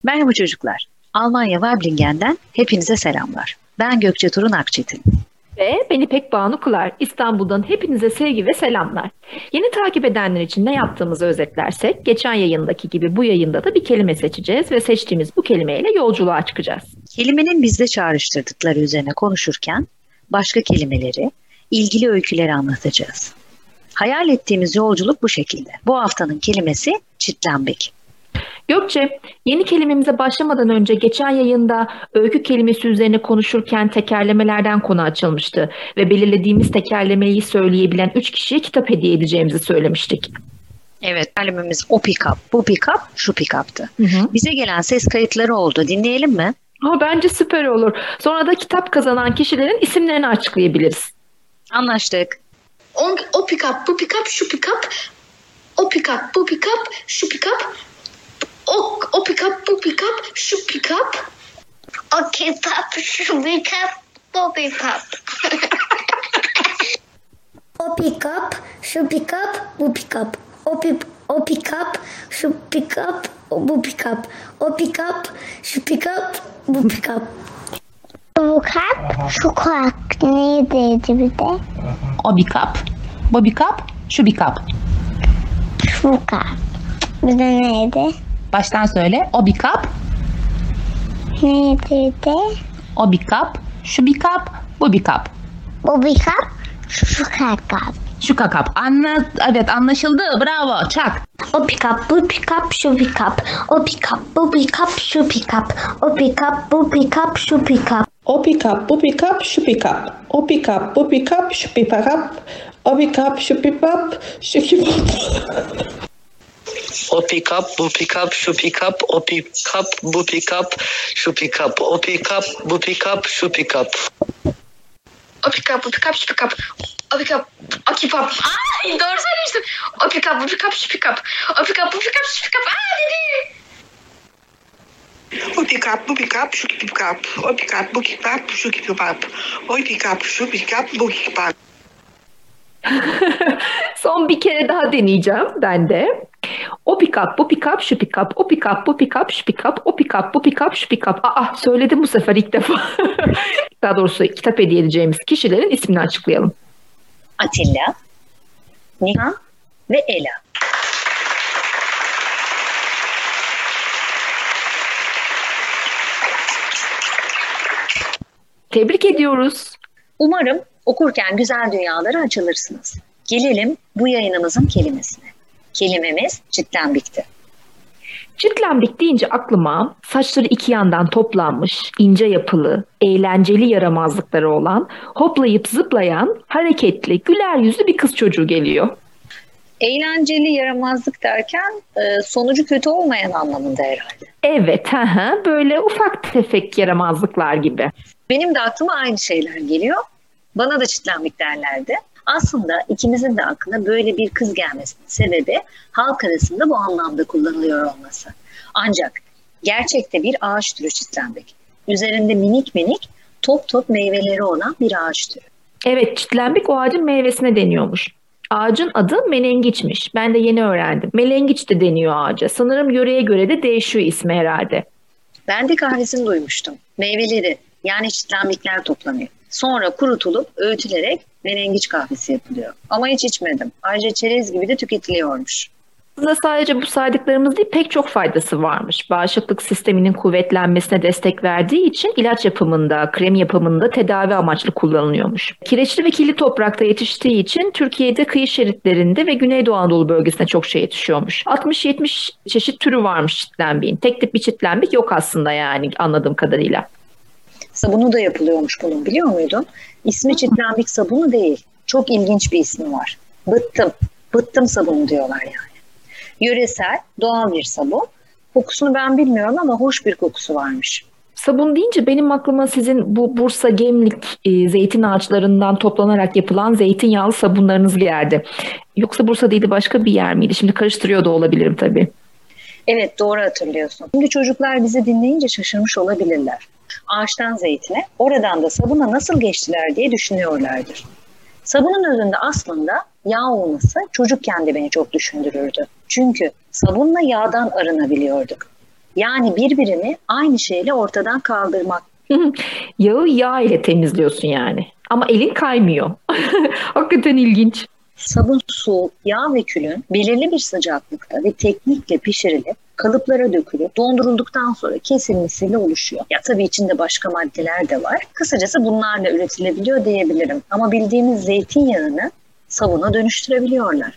Merhaba çocuklar. Almanya Wablingen'den hepinize selamlar. Ben Gökçe Turun Akçetin. Ve ben İpek Banu Kular. İstanbul'dan hepinize sevgi ve selamlar. Yeni takip edenler için ne yaptığımızı özetlersek, geçen yayındaki gibi bu yayında da bir kelime seçeceğiz ve seçtiğimiz bu kelimeyle yolculuğa çıkacağız. Kelimenin bizde çağrıştırdıkları üzerine konuşurken başka kelimeleri, ilgili öyküleri anlatacağız. Hayal ettiğimiz yolculuk bu şekilde. Bu haftanın kelimesi çitlenbik. Gökçe, yeni kelimemize başlamadan önce geçen yayında öykü kelimesi üzerine konuşurken tekerlemelerden konu açılmıştı ve belirlediğimiz tekerlemeyi söyleyebilen 3 kişiye kitap hediye edeceğimizi söylemiştik. Evet, kelimemiz o pick-up, bu pick-up, şu pick-up'tı. Bize gelen ses kayıtları oldu. Dinleyelim mi? Bence süper olur. Sonra da kitap kazanan kişilerin isimlerini açıklayabiliriz. Anlaştık. O pick-up, bu pick-up, şu pick-up. O pick-up, bu pick-up, şu pick-up. O pick-up, bu pick-up, şu pick-up. O pick-up, şu pick-up, bu pick-up. O pick-up, şu pick-up, bu pick-up. O pick-up, şu pick-up, bu pick-up. O pick-up, şu pick-up, bu pick-up. Bu kap, şu kap neydi bir de? O bir kap, bu bir kap, şu bir kap. Şu kap. Bir de neydi? Baştan söyle. O bir kap, Neydi bir de? o bir kap, şu bir kap, bu bir kap. Bu bir kap, şu kap. Şu kap. Evet anlaşıldı. Bravo. Çak. O pick-up, bu pick-up, şu pick-up. O pick-up, bu pick-up, şu pick-up. O pick-up, bu pick-up, şu pick-up. O pick-up, bu pick-up, şu pick-up. O pick-up, bu pick-up, şu pick-up. O pick-up, şu pick-up, şu pick-up. O pick-up, bu pick-up, şu pick-up. O pick-up, bu pick-up, şu pick-up. O pick-up, bu pick-up, şu pick-up. O pick-up, bu pick-up, şu pick-up. O pick-up, o keep-up. Ay doğru söylemiştim. O pick-up, bu pick-up, şu pick-up. O pick-up, bu pick-up, şu pick-up. Dedim. O pick-up, bu pick-up, şu pick-up. O pick-up, bu pick-up, şu pick-up. O pick-up, şu pick-up, bu pick-up. Son bir kere daha deneyeceğim ben de. O pick-up, bu pick-up, şu pick-up. O pick-up, bu pick-up, şu pick-up. O pick-up, bu pick-up, şu pick-up. Söyledim bu sefer ilk defa. Daha doğrusu kitap hediye edeceğimiz kişilerin ismini açıklayalım. Atilla, Nihan ve Ela. Tebrik ediyoruz. Umarım okurken güzel dünyalara açılırsınız. Gelelim bu yayınımızın kelimesine. Kelimemiz çitlenbikti. Çitlenbik deyince aklıma saçları iki yandan toplanmış, ince yapılı, eğlenceli yaramazlıkları olan, hoplayıp zıplayan, hareketli, güler yüzlü bir kız çocuğu geliyor. Eğlenceli yaramazlık derken sonucu kötü olmayan anlamında herhalde. Evet, böyle ufak tefek yaramazlıklar gibi. Benim de aklıma aynı şeyler geliyor. Bana da çitlenbik derlerdi. Aslında ikimizin de aklına böyle bir kız gelmesinin sebebi halk arasında bu anlamda kullanılıyor olması. Ancak gerçekte bir ağaç türü çitlenbik. Üzerinde minik minik top top meyveleri olan bir ağaç türü. Evet, çitlenbik o ağacın meyvesine deniyormuş. Ağacın adı menengiçmiş. Ben de yeni öğrendim. Melengiç de deniyor ağaca. Sanırım yöreye göre de değişiyor ismi herhalde. Ben de kahvesini duymuştum. Meyveleri yani çitlenbikler toplanıyor. Sonra kurutulup öğütülerek menengiç kahvesi yapılıyor. Ama hiç içmedim. Ayrıca çerez gibi de tüketiliyormuş. Aslında sadece bu saydıklarımız değil, pek çok faydası varmış. Bağışıklık sisteminin kuvvetlenmesine destek verdiği için ilaç yapımında, krem yapımında tedavi amaçlı kullanılıyormuş. Kireçli ve kirli toprakta yetiştiği için Türkiye'de kıyı şeritlerinde ve Güneydoğu Anadolu bölgesinde çok şey yetişiyormuş. 60-70 çeşit türü varmış çitlenbiğin. Tek tip bir çitlenbik yok aslında yani anladığım kadarıyla. Sabunu da yapılıyormuş bunun, biliyor muydun? İsmi çitlenbik sabunu değil. Çok ilginç bir ismi var. Bıttım sabunu diyorlar yani. Yöresel, doğal bir sabun. Kokusunu ben bilmiyorum ama hoş bir kokusu varmış. Sabun deyince benim aklıma sizin bu Bursa Gemlik zeytin ağaçlarından toplanarak yapılan zeytinyağlı sabunlarınız geldi. Yoksa Bursa değildi, başka bir yer miydi? Şimdi karıştırıyor da olabilirim tabii. Evet, doğru hatırlıyorsun. Şimdi çocuklar bizi dinleyince şaşırmış olabilirler. Ağaçtan zeytine, oradan da sabuna nasıl geçtiler diye düşünüyorlardır. Sabunun özünde aslında yağ olması çocukken de beni çok düşündürürdü. Çünkü sabunla yağdan arınabiliyorduk. Yani birbirini aynı şeyle ortadan kaldırmak. Yağı yağ ile temizliyorsun yani. Ama elin kaymıyor. Hakikaten ilginç. Sabun, su, yağ ve külün belirli bir sıcaklıkta ve teknikle pişirilip kalıplara dökülüp dondurulduktan sonra kesilmesiyle oluşuyor. Ya tabii içinde başka maddeler de var. Kısacası bunlarla üretilebiliyor diyebilirim. Ama bildiğimiz zeytinyağını sabuna dönüştürebiliyorlar.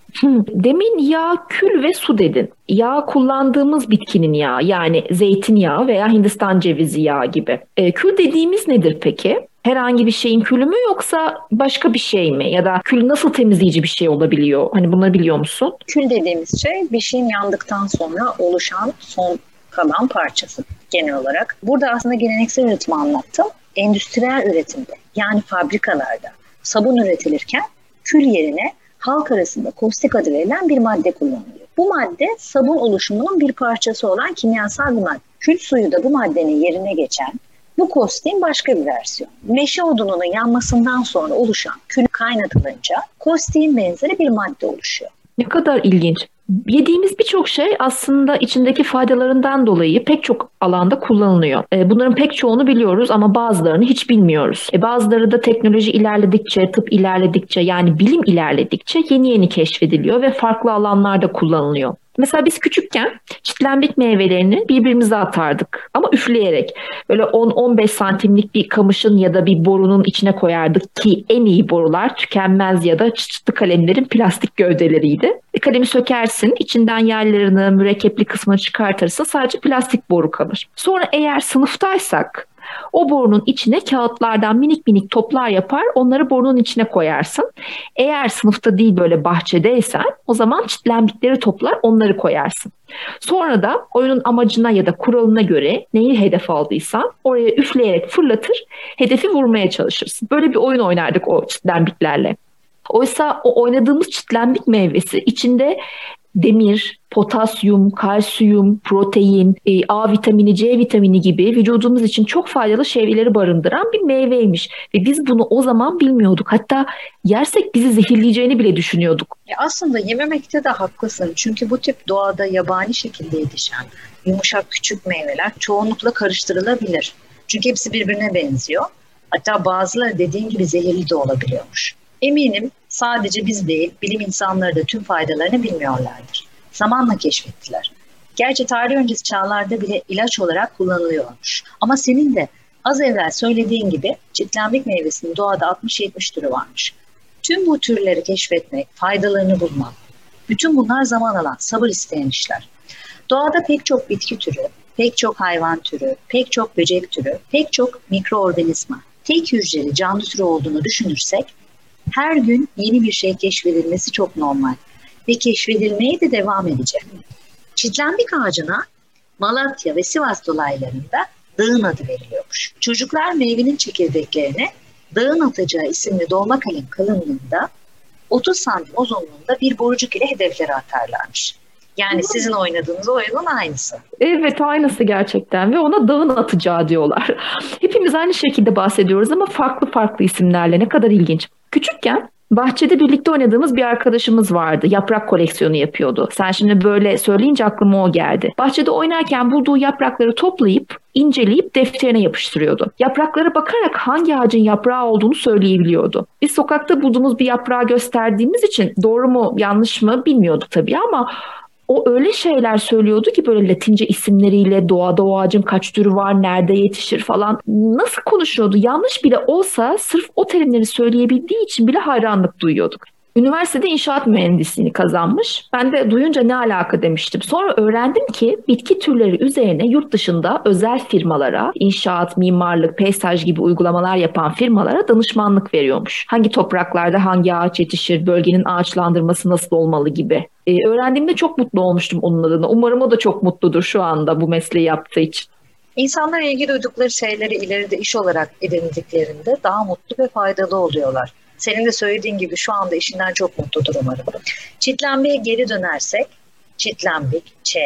Demin yağ, kül ve su dedin. Yağ kullandığımız bitkinin yağı, yani zeytinyağı veya Hindistan cevizi yağı gibi. Kül dediğimiz nedir peki? Herhangi bir şeyin külü mü yoksa başka bir şey mi? Ya da kül nasıl temizleyici bir şey olabiliyor? Hani bunları biliyor musun? Kül dediğimiz şey bir şeyin yandıktan sonra oluşan son kalan parçası genel olarak. Burada aslında geleneksel üretimi anlattım. Endüstriyel üretimde, yani fabrikalarda sabun üretilirken kül yerine halk arasında kostik adı verilen bir madde kullanılıyor. Bu madde sabun oluşumunun bir parçası olan kimyasal bir madde. Kül suyu da bu maddenin yerine geçen bu kostiğin başka bir versiyonu. Meşe odununun yanmasından sonra oluşan kül kaynatılınca kostiğin benzeri bir madde oluşuyor. Ne kadar ilginç. Yediğimiz birçok şey aslında içindeki faydalarından dolayı pek çok alanda kullanılıyor. Bunların pek çoğunu biliyoruz ama bazılarını hiç bilmiyoruz. Bazıları da teknoloji ilerledikçe, tıp ilerledikçe, yani bilim ilerledikçe yeni keşfediliyor ve farklı alanlarda kullanılıyor. Mesela biz küçükken çitlenbik meyvelerini birbirimize atardık ama üfleyerek. Böyle 10-15 santimlik bir kamışın ya da bir borunun içine koyardık ki en iyi borular tükenmez ya da çıtlı kalemlerin plastik gövdeleriydi. Kalemi sökersin, içinden yerlerini, mürekkepli kısmını çıkartırsın, sadece plastik boru kalır. Sonra eğer sınıftaysak o borunun içine kağıtlardan minik toplar yapar, onları borunun içine koyarsın. Eğer sınıfta değil böyle bahçedeysen o zaman çitlenbikleri toplar, onları koyarsın. Sonra da oyunun amacına ya da kuralına göre neyi hedef aldıysan oraya üfleyerek fırlatır, hedefi vurmaya çalışırsın. Böyle bir oyun oynardık o çitlenbiklerle. Oysa o oynadığımız çitlenbik meyvesi içinde demir, potasyum, kalsiyum, protein, A vitamini, C vitamini gibi vücudumuz için çok faydalı şeyleri barındıran bir meyveymiş. Ve biz bunu o zaman bilmiyorduk. Hatta yersek bizi zehirleyeceğini bile düşünüyorduk. Aslında yememekte de haklısın. Çünkü bu tip doğada yabani şekilde yetişen yumuşak küçük meyveler çoğunlukla karıştırılabilir. Çünkü hepsi birbirine benziyor. Hatta bazıları dediğin gibi zehirli de olabiliyormuş. Eminim sadece biz değil, bilim insanları da tüm faydalarını bilmiyorlardır. Zamanla keşfettiler. Gerçi tarih öncesi çağlarda bile ilaç olarak kullanılıyormuş. Ama senin de az evvel söylediğin gibi çitlenbik meyvesinin doğada 60-70 türü varmış. Tüm bu türleri keşfetmek, faydalarını bulmak, bütün bunlar zaman alan, sabır isteyen işler. Doğada pek çok bitki türü, pek çok hayvan türü, pek çok böcek türü, pek çok mikroorganizma, tek hücreli canlı türü olduğunu düşünürsek, her gün yeni bir şey keşfedilmesi çok normal ve keşfedilmeye de devam edecek. Çitlenbik ağacına Malatya ve Sivas dolaylarında dağın adı veriliyormuş. Çocuklar meyvenin çekirdeklerine dağın atacağı isimli dolma kalem kalınlığında 30 santim uzunluğunda bir borucuk ile hedeflere atarlarmış. Yani sizin oynadığınız oyunun aynısı. Evet, aynısı gerçekten ve ona dağın atacağı diyorlar. Hepimiz aynı şekilde bahsediyoruz ama farklı isimlerle. Ne kadar ilginç. Küçükken bahçede birlikte oynadığımız bir arkadaşımız vardı. Yaprak koleksiyonu yapıyordu. Sen şimdi böyle söyleyince aklıma o geldi. Bahçede oynarken bulduğu yaprakları toplayıp, inceleyip defterine yapıştırıyordu. Yapraklara bakarak hangi ağacın yaprağı olduğunu söyleyebiliyordu. Biz sokakta bulduğumuz bir yaprağı gösterdiğimiz için doğru mu yanlış mı bilmiyorduk tabii ama o öyle şeyler söylüyordu ki böyle Latince isimleriyle doğada o ağacın kaç türü var, nerede yetişir falan. Nasıl konuşuyordu? Yanlış bile olsa sırf o terimleri söyleyebildiği için bile hayranlık duyuyorduk. Üniversitede inşaat mühendisliğini kazanmış. Ben de duyunca ne alaka demiştim. Sonra öğrendim ki bitki türleri üzerine yurt dışında özel firmalara, inşaat, mimarlık, peyzaj gibi uygulamalar yapan firmalara danışmanlık veriyormuş. Hangi topraklarda hangi ağaç yetişir, bölgenin ağaçlandırması nasıl olmalı gibi. Öğrendiğimde çok mutlu olmuştum onun adına. Umarım o da çok mutludur şu anda bu mesleği yaptığı için. İnsanlar ilgi duydukları şeyleri ileride iş olarak edindiklerinde daha mutlu ve faydalı oluyorlar. Senin de söylediğin gibi şu anda işinden çok mutludur umarım. Çitlenbik'e geri dönersek, çitlenbik, Ç,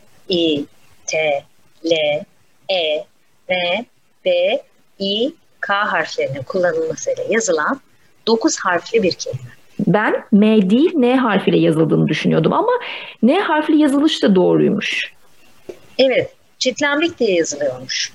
İ, T, L, E, N, B, İ, K harflerinin kullanılmasıyla yazılan 9 harfli bir kelime. Ben M değil N harfiyle yazıldığını düşünüyordum ama N harfli yazılış da doğruymuş. Evet, çitlenmek diye yazılıyormuş.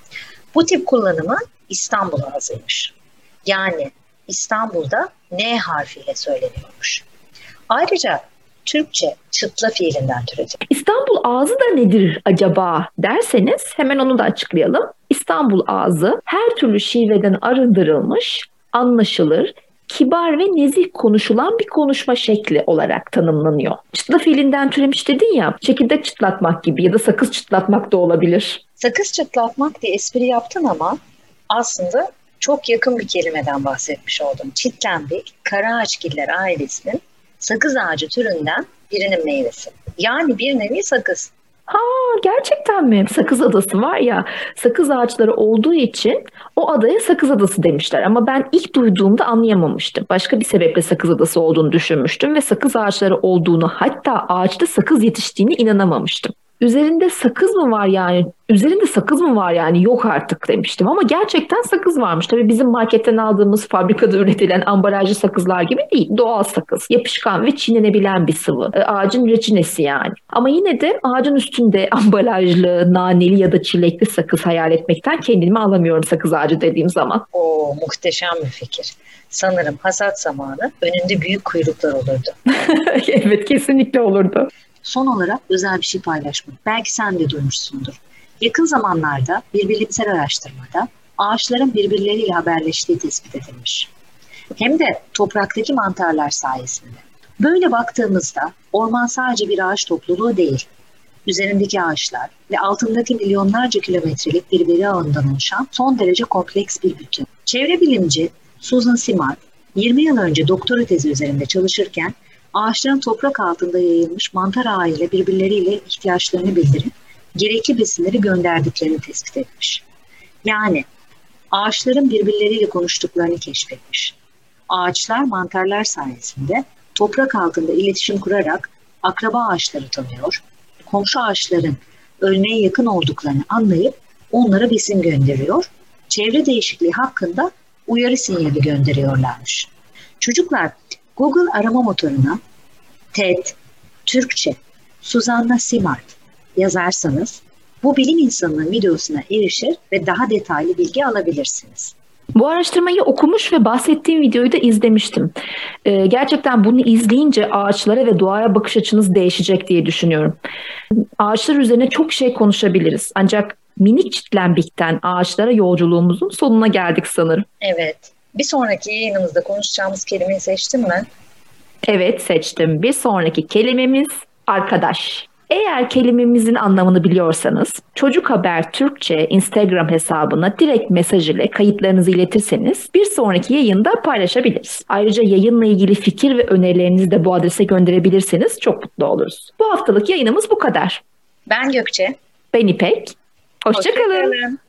Bu tip kullanımı İstanbul ağzıymış. Yani İstanbul'da N harfiyle söyleniyormuş. Ayrıca Türkçe çıtla fiilinden türedi. İstanbul ağzı da nedir acaba derseniz hemen onu da açıklayalım. İstanbul ağzı her türlü şiveden arındırılmış, anlaşılır, kibar ve nezih konuşulan bir konuşma şekli olarak tanımlanıyor. Çıtla fiilinden türemiş dedin ya, çekirdek çıtlatmak gibi ya da sakız çıtlatmak da olabilir. Sakız çıtlatmak diye espri yaptın ama aslında çok yakın bir kelimeden bahsetmiş oldum. Çitlenbik, karaağaçgiller ailesinin sakız ağacı türünden birinin meyvesi. Yani bir nevi sakız. Ha, gerçekten mi? Sakız Adası var ya, sakız ağaçları olduğu için o adaya Sakız Adası demişler. Ama ben ilk duyduğumda anlayamamıştım. Başka bir sebeple Sakız Adası olduğunu düşünmüştüm ve sakız ağaçları olduğunu, hatta ağaçta sakız yetiştiğine inanamamıştım. Üzerinde sakız mı var yani? Üzerinde sakız mı var yani? Yok artık demiştim ama gerçekten sakız varmış. Tabii bizim marketten aldığımız, fabrikada üretilen ambalajlı sakızlar gibi değil. Doğal sakız. Yapışkan ve çiğnenebilen bir sıvı. Ağacın reçinesi yani. Ama yine de ağacın üstünde ambalajlı, naneli ya da çilekli sakız hayal etmekten kendimi alamıyorum sakız ağacı dediğim zaman. Oo, muhteşem bir fikir. Sanırım hasat zamanı önünde büyük kuyruklar olurdu. Evet, kesinlikle olurdu. Son olarak özel bir şey paylaşmak. Belki sen de duymuşsundur. Yakın zamanlarda bir bilimsel araştırmada ağaçların birbirleriyle haberleştiği tespit edilmiş. Hem de topraktaki mantarlar sayesinde. Böyle baktığımızda orman sadece bir ağaç topluluğu değil. Üzerindeki ağaçlar ve altındaki milyonlarca kilometrelik bir veri ağından oluşan son derece kompleks bir bütün. Çevre bilimci Susan Simard 20 yıl önce doktora tezi üzerinde çalışırken ağaçların toprak altında yayılmış mantar ağıyla birbirleriyle ihtiyaçlarını bildirip gerekli besinleri gönderdiklerini tespit etmiş. Yani ağaçların birbirleriyle konuştuklarını keşfetmiş. Ağaçlar mantarlar sayesinde toprak altında iletişim kurarak akraba ağaçları tanıyor, komşu ağaçların ölmeye yakın olduklarını anlayıp onlara besin gönderiyor, çevre değişikliği hakkında uyarı sinyali gönderiyorlarmış. Çocuklar, Google arama motoruna TED, Türkçe, Susanna Simard yazarsanız bu bilim insanının videosuna erişir ve daha detaylı bilgi alabilirsiniz. Bu araştırmayı okumuş ve bahsettiğim videoyu da izlemiştim. Gerçekten bunu izleyince ağaçlara ve doğaya bakış açınız değişecek diye düşünüyorum. Ağaçlar üzerine çok şey konuşabiliriz. Ancak minik çitlenbikten ağaçlara yolculuğumuzun sonuna geldik sanırım. Evet. Bir sonraki yayınımızda konuşacağımız kelimeyi seçtin mi? Evet, seçtim. Bir sonraki kelimemiz arkadaş. Eğer kelimemizin anlamını biliyorsanız Çocuk Haber Türkçe Instagram hesabına direkt mesaj ile kayıtlarınızı iletirseniz bir sonraki yayında paylaşabiliriz. Ayrıca yayınla ilgili fikir ve önerilerinizi de bu adrese gönderebilirseniz çok mutlu oluruz. Bu haftalık yayınımız bu kadar. Ben Gökçe. Ben İpek. Hoşça kalın.